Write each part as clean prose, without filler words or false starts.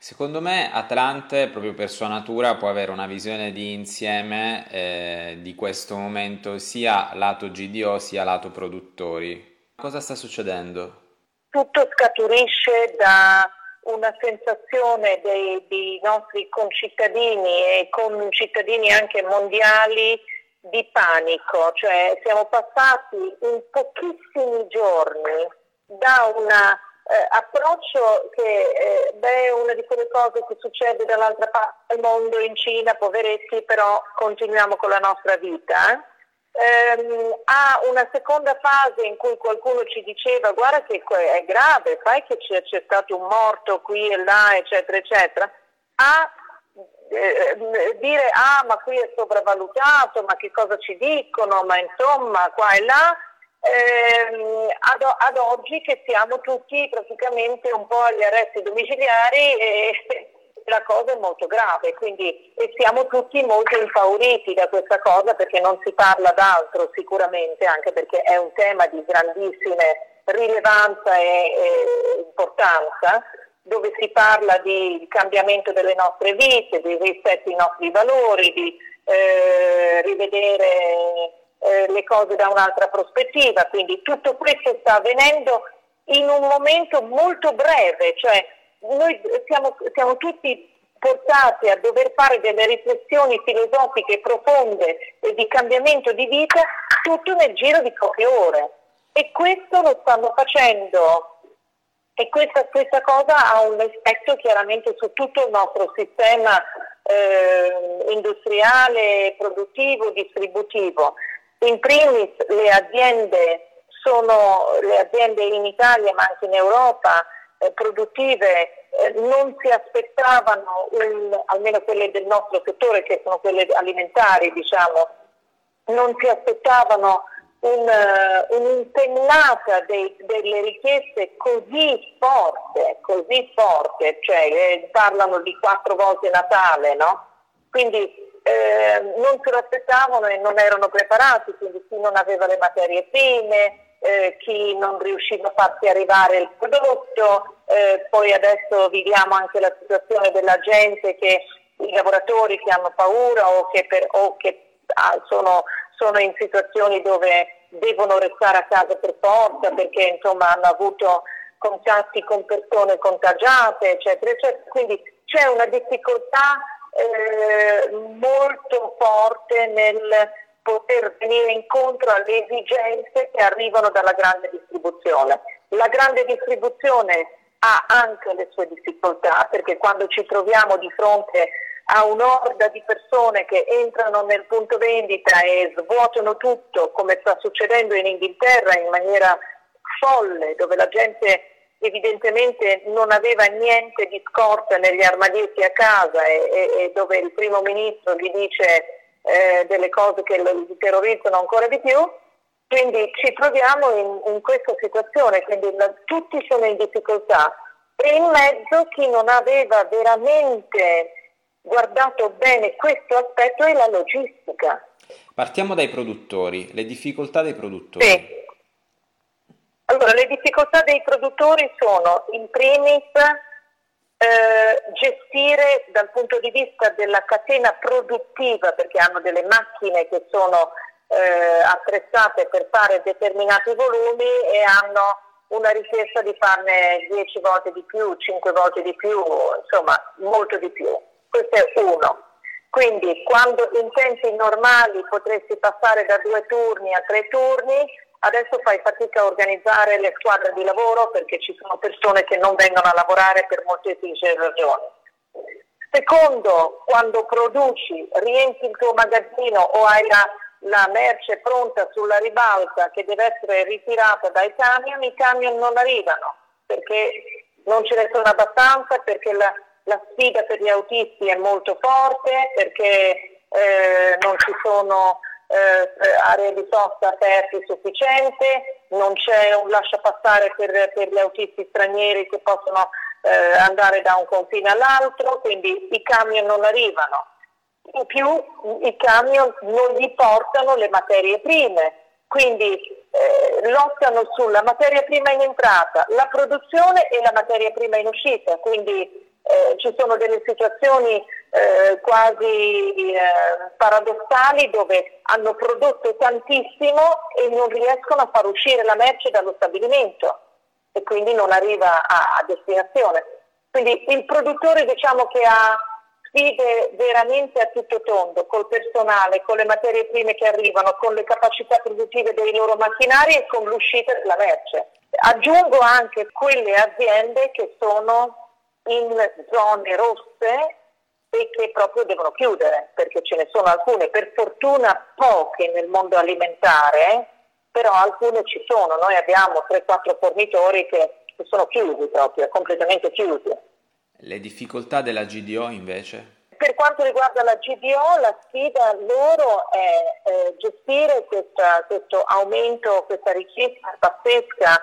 Secondo me Atlante, proprio per sua natura, può avere una visione di insieme di questo momento sia lato GDO sia lato produttori. Cosa sta succedendo? Tutto scaturisce da una sensazione dei nostri concittadini e concittadini anche mondiali di panico, cioè siamo passati in pochissimi giorni da un approccio che è una di quelle cose che succede dall'altra parte del mondo, in Cina, poveretti, però continuiamo con la nostra vita. A una seconda fase in cui qualcuno ci diceva guarda che è grave, sai che c'è stato un morto qui e là, eccetera, eccetera, a dire ma qui è sopravvalutato, ma che cosa ci dicono, ma insomma qua e là, ad oggi che siamo tutti praticamente un po' agli arresti domiciliari e la cosa è molto grave, quindi e siamo tutti molto impauriti da questa cosa perché non si parla d'altro sicuramente, anche perché è un tema di grandissime rilevanza e importanza, dove si parla di cambiamento delle nostre vite, di rispetto ai nostri valori, di rivedere le cose da un'altra prospettiva, quindi tutto questo sta avvenendo in un momento molto breve, cioè noi siamo tutti portati a dover fare delle riflessioni filosofiche profonde e di cambiamento di vita tutto nel giro di poche ore, e questo lo stanno facendo, e questa cosa ha un effetto chiaramente su tutto il nostro sistema industriale, produttivo, distributivo. In primis le aziende in Italia ma anche in Europa produttive non si aspettavano, almeno quelle del nostro settore che sono quelle alimentari, diciamo, non si aspettavano un'impennata delle richieste così forte, cioè parlano di 4 volte Natale, no? Quindi non se lo aspettavano e non erano preparati, quindi chi non aveva le materie prime, chi non riusciva a farsi arrivare il prodotto, poi adesso viviamo anche la situazione della gente, che i lavoratori che hanno paura o che sono in situazioni dove devono restare a casa per forza perché insomma hanno avuto contatti con persone contagiate, eccetera, eccetera. Quindi c'è una difficoltà molto forte nel poter venire incontro alle esigenze che arrivano dalla grande distribuzione. La grande distribuzione ha anche le sue difficoltà, perché quando ci troviamo di fronte a un'orda di persone che entrano nel punto vendita e svuotano tutto, come sta succedendo in Inghilterra in maniera folle, dove la gente evidentemente non aveva niente di scorta negli armadietti a casa e dove il primo ministro gli dice delle cose che lo terrorizzano ancora di più. Quindi ci troviamo in questa situazione, quindi tutti sono in difficoltà e in mezzo chi non aveva veramente guardato bene questo aspetto è la logistica. Partiamo dai produttori, le difficoltà dei produttori. Sì. Allora, le difficoltà dei produttori sono in primis gestire dal punto di vista della catena produttiva, perché hanno delle macchine che sono attrezzate per fare determinati volumi e hanno una richiesta di farne 10 volte di più, 5 volte di più, insomma molto di più. Questo è uno. Quindi quando in tempi normali potresti passare da 2 turni a 3 turni, adesso fai fatica a organizzare le squadre di lavoro perché ci sono persone che non vengono a lavorare per molteplici ragioni. Secondo, quando produci, riempi il tuo magazzino o hai la merce pronta sulla ribalta che deve essere ritirata dai camion, i camion non arrivano perché non ce ne sono abbastanza, perché la sfida per gli autisti è molto forte, perché non ci sono aree di sosta aperte sufficiente, non c'è un lasciapassare per gli autisti stranieri che possono andare da un confine all'altro, quindi i camion non arrivano. In più i camion non gli portano le materie prime, quindi lottano sulla materia prima in entrata, la produzione e la materia prima in uscita, quindi Ci sono delle situazioni quasi paradossali dove hanno prodotto tantissimo e non riescono a far uscire la merce dallo stabilimento e quindi non arriva a destinazione. Quindi il produttore, diciamo, che ha sfide veramente a tutto tondo, col personale, con le materie prime che arrivano, con le capacità produttive dei loro macchinari e con l'uscita della merce. Aggiungo anche quelle aziende che sono in zone rosse e che proprio devono chiudere, perché ce ne sono alcune, per fortuna poche nel mondo alimentare, però alcune ci sono. Noi abbiamo 3-4 fornitori che sono chiusi proprio, completamente chiusi. Le difficoltà della GDO invece? Per quanto riguarda la GDO, la sfida loro è gestire questo aumento, questa richiesta pazzesca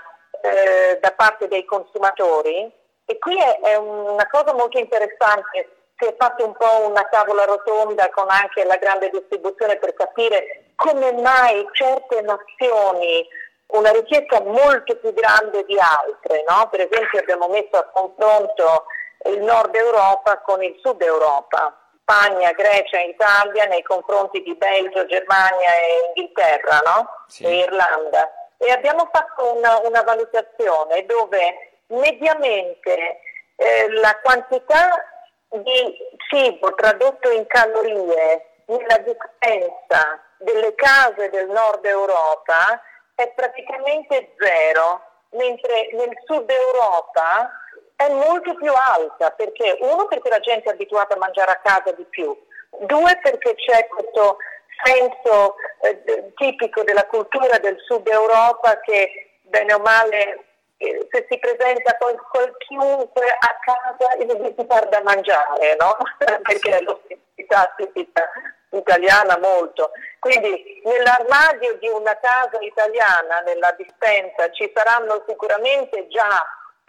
da parte dei consumatori. E qui è una cosa molto interessante, si è fatto un po' una tavola rotonda con anche la grande distribuzione per capire come mai certe nazioni una richiesta molto più grande di altre, no? Per esempio abbiamo messo a confronto il nord Europa con il sud Europa, Spagna, Grecia, Italia nei confronti di Belgio, Germania e Inghilterra, no? Sì. E Irlanda. E abbiamo fatto una valutazione dove mediamente la quantità di cibo tradotto in calorie nella dispensa delle case del nord Europa è praticamente zero, mentre nel sud Europa è molto più alta, perché uno, perché la gente è abituata a mangiare a casa di più, due, perché c'è questo senso tipico della cultura del sud Europa che bene o male se si presenta con chiunque a casa gli si fa da mangiare, no? Perché è l'ospitalità tipica italiana molto. Quindi nell'armadio di una casa italiana, nella dispensa, ci saranno sicuramente già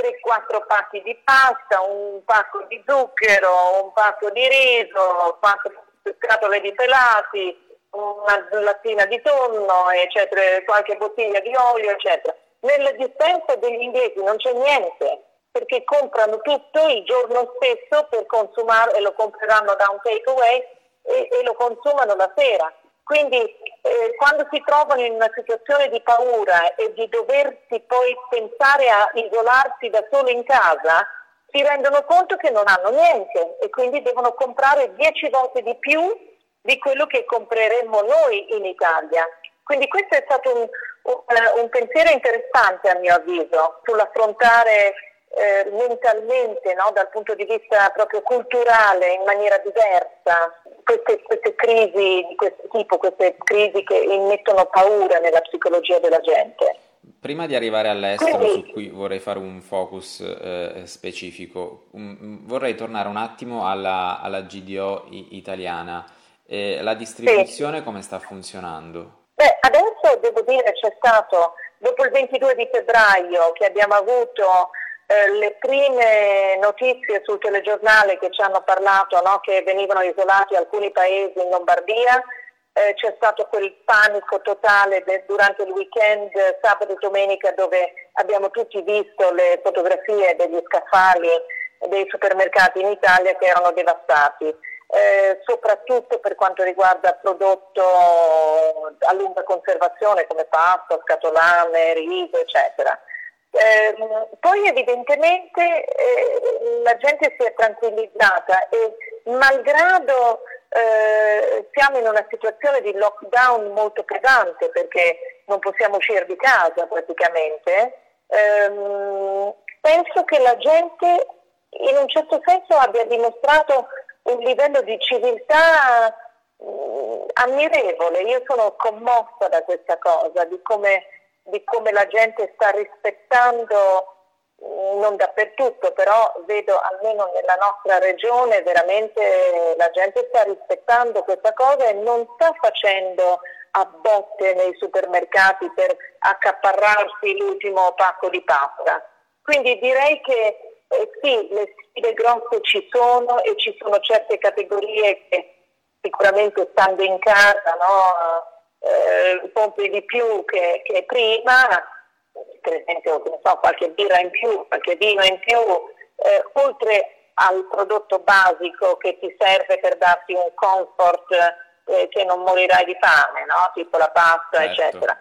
3-4 pacchi di pasta, un pacco di zucchero, un pacco di riso, 4 scatole di pelati, una lattina di tonno, eccetera, qualche bottiglia di olio, eccetera. Nella dispensa degli inglesi non c'è niente, perché comprano tutto il giorno stesso per consumare e lo compreranno da un takeaway e lo consumano la sera. Quindi quando si trovano in una situazione di paura e di doversi poi pensare a isolarsi da solo in casa, si rendono conto che non hanno niente e quindi devono comprare 10 volte di più di quello che compreremmo noi in Italia. Quindi questo è stato un pensiero interessante a mio avviso sull'affrontare mentalmente, no, dal punto di vista proprio culturale, in maniera diversa, queste crisi di questo tipo, queste crisi che immettono paura nella psicologia della gente. Prima di arrivare all'estero, su cui vorrei fare un focus specifico, vorrei tornare un attimo alla GDO italiana. La distribuzione come sta funzionando? Adesso devo dire c'è stato, dopo il 22 di febbraio che abbiamo avuto le prime notizie sul telegiornale che ci hanno parlato, no, che venivano isolati alcuni paesi in Lombardia, c'è stato quel panico totale durante il weekend, sabato e domenica, dove abbiamo tutti visto le fotografie degli scaffali dei supermercati in Italia che erano devastati. Soprattutto per quanto riguarda prodotto a lunga conservazione come pasta, scatolame, riso, eccetera. Poi evidentemente la gente si è tranquillizzata e malgrado siamo in una situazione di lockdown molto pesante perché non possiamo uscire di casa praticamente, penso che la gente in un certo senso abbia dimostrato un livello di civiltà ammirevole. Io sono commossa da questa cosa, di come la gente sta rispettando, non dappertutto, però vedo almeno nella nostra regione veramente la gente sta rispettando questa cosa e non sta facendo a botte nei supermercati per accaparrarsi l'ultimo pacco di pasta. Quindi direi che sì, le sfide grosse ci sono e ci sono certe categorie che sicuramente stando in casa, no, compri di più che prima, per esempio qualche birra in più, qualche vino in più, oltre al prodotto basico che ti serve per darti un comfort che non morirai di fame, no? Tipo la pasta, certo, eccetera.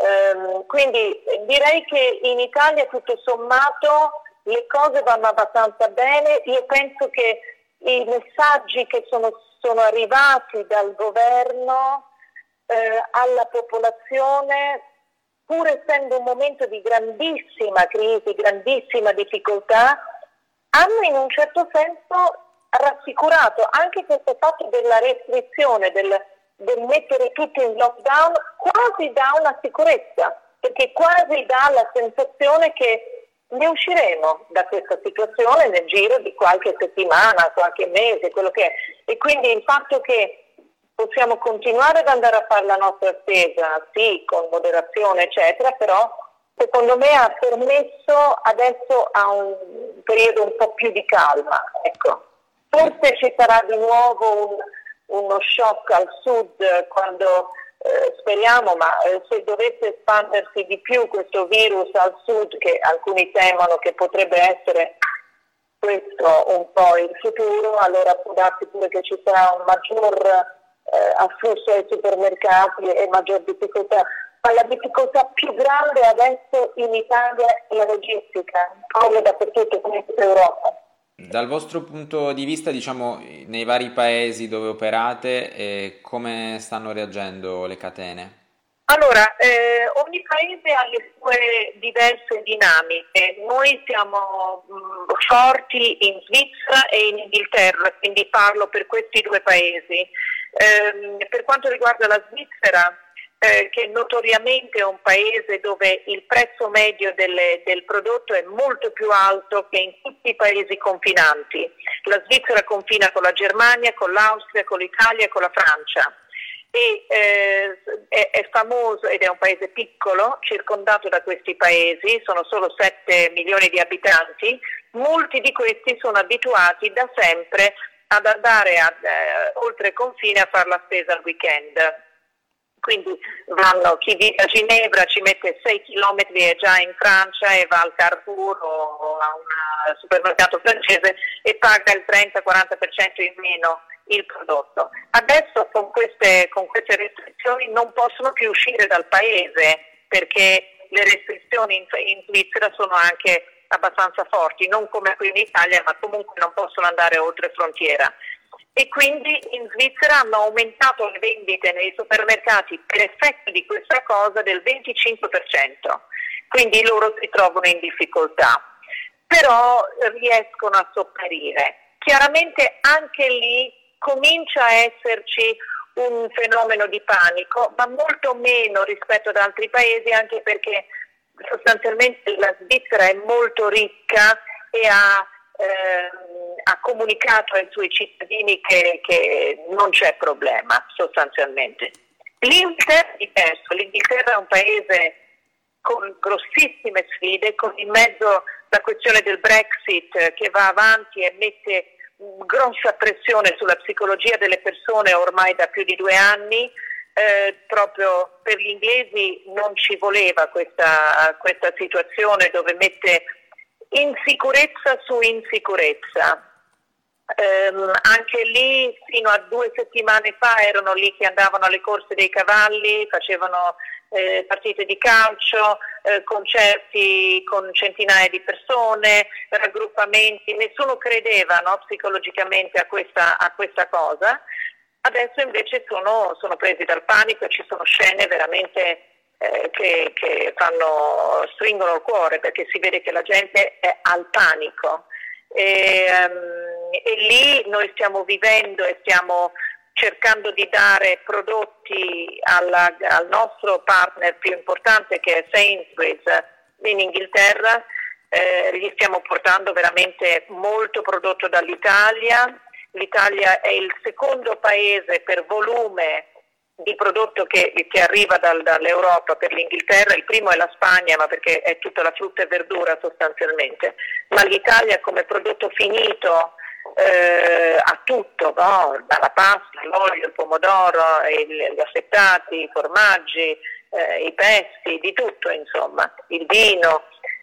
Quindi direi che in Italia tutto sommato le cose vanno abbastanza bene. Io penso che i messaggi che sono arrivati dal governo alla popolazione, pur essendo un momento di grandissima crisi, grandissima difficoltà, hanno in un certo senso rassicurato. Anche questo fatto della restrizione, del mettere tutto in lockdown, quasi dà una sicurezza, perché quasi dà la sensazione che ne usciremo da questa situazione nel giro di qualche settimana, qualche mese, quello che è. E quindi il fatto che possiamo continuare ad andare a fare la nostra spesa, sì, con moderazione, eccetera, però secondo me ha permesso adesso a un periodo un po' più di calma. Ecco. Forse ci sarà di nuovo uno shock al sud quando speriamo, ma se dovesse espandersi di più questo virus al sud, che alcuni temono che potrebbe essere questo un po' il futuro, allora può darsi pure che ci sarà un maggior afflusso ai supermercati e maggior difficoltà. Ma la difficoltà più grande adesso in Italia è la logistica, come dappertutto, come in tutta Europa. Dal vostro punto di vista, diciamo, nei vari paesi dove operate, come stanno reagendo le catene? Allora, ogni paese ha le sue diverse dinamiche. Noi siamo forti in Svizzera e in Inghilterra, quindi parlo per questi due paesi. Per quanto riguarda la Svizzera, che notoriamente è un paese dove il prezzo medio del prodotto è molto più alto che in tutti i paesi confinanti. La Svizzera confina con la Germania, con l'Austria, con l'Italia e con la Francia. E è famoso ed è un paese piccolo, circondato da questi paesi, sono solo 7 milioni di abitanti. Molti di questi sono abituati da sempre ad andare oltre il confine a fare la spesa al weekend. Quindi chi vive a Ginevra ci mette 6 chilometri e è già in Francia e va al Carrefour o a un supermercato francese e paga il 30-40% in meno il prodotto. Adesso con queste restrizioni non possono più uscire dal paese, perché le restrizioni in Svizzera sono anche abbastanza forti, non come qui in Italia, ma comunque non possono andare oltre frontiera. E quindi in Svizzera hanno aumentato le vendite nei supermercati per effetto di questa cosa del 25%, quindi loro si trovano in difficoltà, però riescono a sopperire. Chiaramente anche lì comincia a esserci un fenomeno di panico, ma molto meno rispetto ad altri paesi, anche perché sostanzialmente la Svizzera è molto ricca e ha comunicato ai suoi cittadini che non c'è problema sostanzialmente. L'Inghilterra è diverso, l'Inghilterra è un paese con grossissime sfide, con in mezzo la questione del Brexit che va avanti e mette grossa pressione sulla psicologia delle persone ormai da più di 2 anni. Proprio per gli inglesi non ci voleva questa situazione dove mette insicurezza su insicurezza. Anche lì fino a 2 settimane fa erano lì che andavano alle corse dei cavalli, facevano partite di calcio, concerti con centinaia di persone, raggruppamenti, nessuno credeva, no, psicologicamente a questa cosa. Adesso invece sono presi dal panico e ci sono scene veramente che stringono il cuore, perché si vede che la gente è al panico. E lì noi stiamo vivendo e stiamo cercando di dare prodotti al nostro partner più importante, che è Sainsbury's in Inghilterra. Gli stiamo portando veramente molto prodotto dall'Italia. L'Italia è il secondo paese per volume di prodotto che arriva dall'Europa per l'Inghilterra. Il primo è la Spagna, ma perché è tutta la frutta e verdura sostanzialmente, ma l'Italia come prodotto finito ha tutto, no? Dalla pasta, l'olio, il pomodoro, gli affettati, i formaggi, i pesti, di tutto insomma, il vino.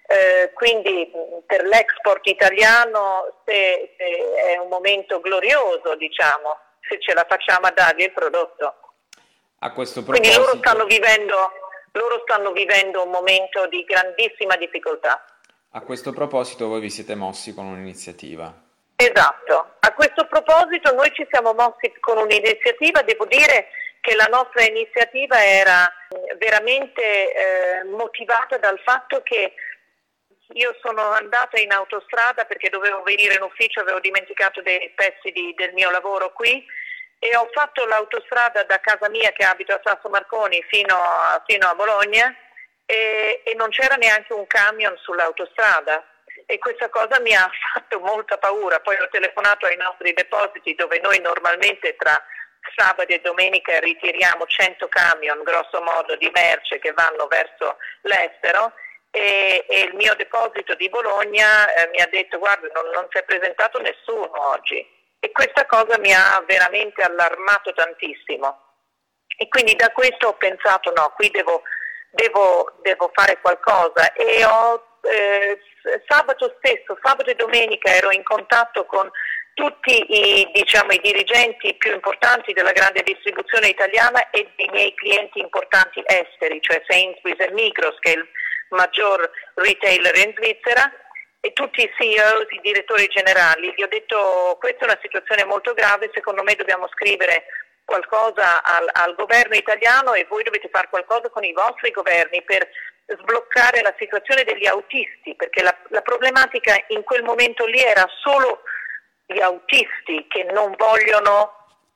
quindi per l'export italiano è un momento glorioso, diciamo, se ce la facciamo a dargli il prodotto. A questo Quindi proposito, loro stanno vivendo un momento di grandissima difficoltà. a questo proposito voi vi siete mossi con un'iniziativa. Esatto, a questo proposito noi ci siamo mossi con un'iniziativa, devo dire che la nostra iniziativa era veramente motivata dal fatto che io sono andata in autostrada perché dovevo venire in ufficio, avevo dimenticato dei pezzi del mio lavoro qui e ho fatto l'autostrada da casa mia che abito a Sasso Marconi fino a Bologna e non c'era neanche un camion sull'autostrada e questa cosa mi ha fatto molta paura. Poi ho telefonato ai nostri depositi dove noi normalmente tra sabato e domenica ritiriamo 100 camion grosso modo di merce che vanno verso l'estero e il mio deposito di Bologna mi ha detto guarda non si è presentato nessuno oggi e questa cosa mi ha veramente allarmato tantissimo e quindi da questo ho pensato no, qui devo fare qualcosa e sabato e domenica ero in contatto con tutti i dirigenti più importanti della grande distribuzione italiana e dei miei clienti importanti esteri, cioè Sainsbury's e Migros, che è il maggior retailer in Svizzera, e tutti i CEOs, i direttori generali. Gli ho detto questa è una situazione molto grave, secondo me dobbiamo scrivere qualcosa al governo italiano e voi dovete fare qualcosa con i vostri governi per sbloccare la situazione degli autisti, perché la problematica in quel momento lì era solo gli autisti che non volevano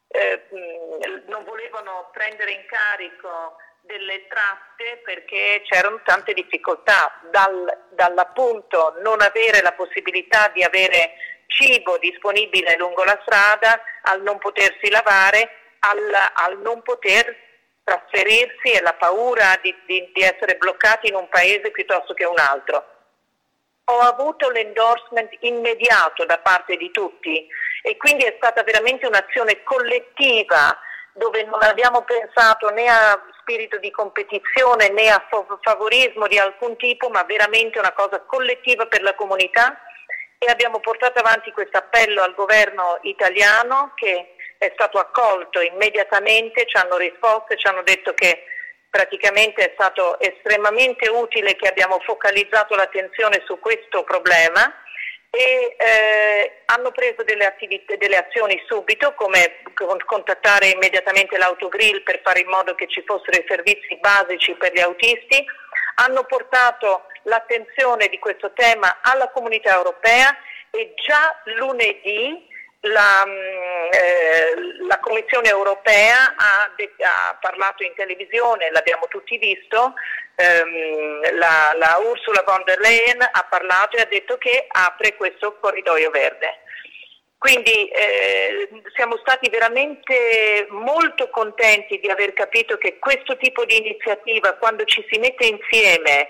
prendere in carico delle tratte perché c'erano tante difficoltà, dall'appunto non avere la possibilità di avere cibo disponibile lungo la strada, al non potersi lavare, al non poter trasferirsi e la paura di essere bloccati in un paese piuttosto che un altro. Ho avuto l'endorsement immediato da parte di tutti e quindi è stata veramente un'azione collettiva dove non abbiamo pensato né a spirito di competizione né a favorismo di alcun tipo, ma veramente una cosa collettiva per la comunità e abbiamo portato avanti questo appello al governo italiano che è stato accolto immediatamente, ci hanno risposto e ci hanno detto che praticamente è stato estremamente utile che abbiamo focalizzato l'attenzione su questo problema e hanno preso delle azioni subito, come contattare immediatamente l'autogrill per fare in modo che ci fossero i servizi basici per gli autisti, hanno portato l'attenzione di questo tema alla comunità europea e già lunedì la Commissione europea ha parlato in televisione, l'abbiamo tutti visto, la Ursula von der Leyen ha parlato e ha detto che apre questo corridoio verde. Quindi siamo stati veramente molto contenti di aver capito che questo tipo di iniziativa, quando ci si mette insieme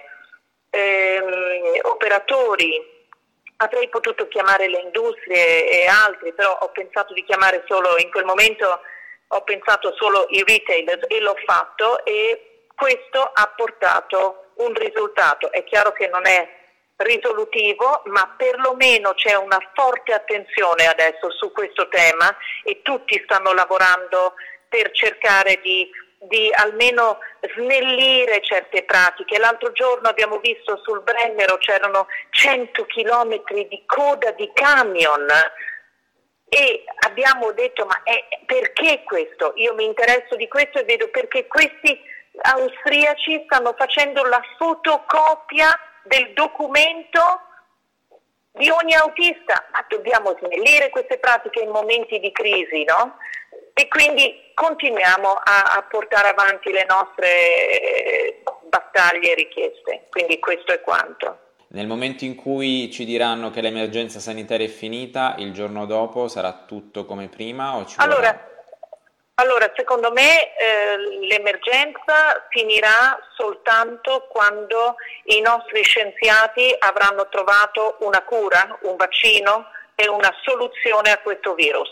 operatori, avrei potuto chiamare le industrie e altri, però ho pensato di chiamare solo, in quel momento ho pensato solo i retailers e l'ho fatto e questo ha portato un risultato. È chiaro che non è risolutivo, ma perlomeno c'è una forte attenzione adesso su questo tema e tutti stanno lavorando per cercare di almeno snellire certe pratiche. L'altro giorno abbiamo visto sul Brennero c'erano 100 chilometri di coda di camion e abbiamo detto ma perché questo? Io mi interesso di questo e vedo perché questi austriaci stanno facendo la fotocopia del documento di ogni autista, ma dobbiamo snellire queste pratiche in momenti di crisi, no? E quindi continuiamo a portare avanti le nostre battaglie e richieste, quindi questo è quanto. Nel momento in cui ci diranno che l'emergenza sanitaria è finita, il giorno dopo sarà tutto come prima o ci vorrà? Allora, secondo me l'emergenza finirà soltanto quando i nostri scienziati avranno trovato una cura, un vaccino e una soluzione a questo virus.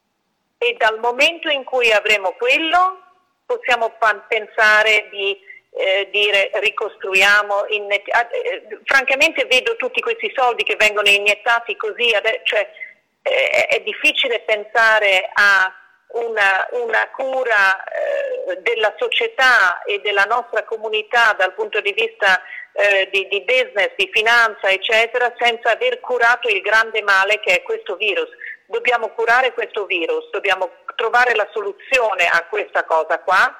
E dal momento in cui avremo quello possiamo pensare di dire ricostruiamo, francamente vedo tutti questi soldi che vengono iniettati così, cioè è difficile pensare a una cura della società e della nostra comunità dal punto di vista di business, di finanza, eccetera, senza aver curato il grande male che è questo virus. Dobbiamo curare questo virus, dobbiamo trovare la soluzione a questa cosa qua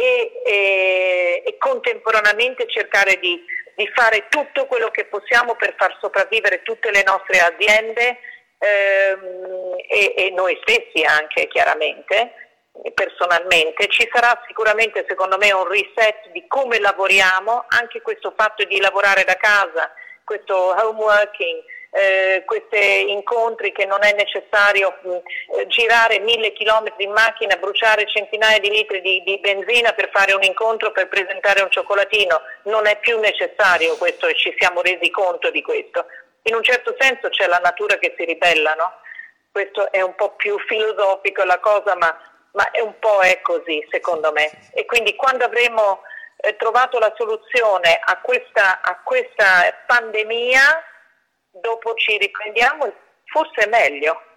e contemporaneamente cercare di fare tutto quello che possiamo per far sopravvivere tutte le nostre aziende e noi stessi anche, chiaramente, personalmente. Ci sarà sicuramente, secondo me, un reset di come lavoriamo, anche questo fatto di lavorare da casa, questo home working, questi incontri che non è necessario girare 1000 chilometri in macchina, bruciare centinaia di litri di benzina per fare un incontro, per presentare un cioccolatino, non è più necessario questo e ci siamo resi conto di questo. In un certo senso c'è la natura che si ribella, no? Questo è un po' più filosofico la cosa, ma è un po' è così secondo me. E quindi quando avremo trovato la soluzione a questa pandemia, dopo ci riprendiamo, forse è meglio.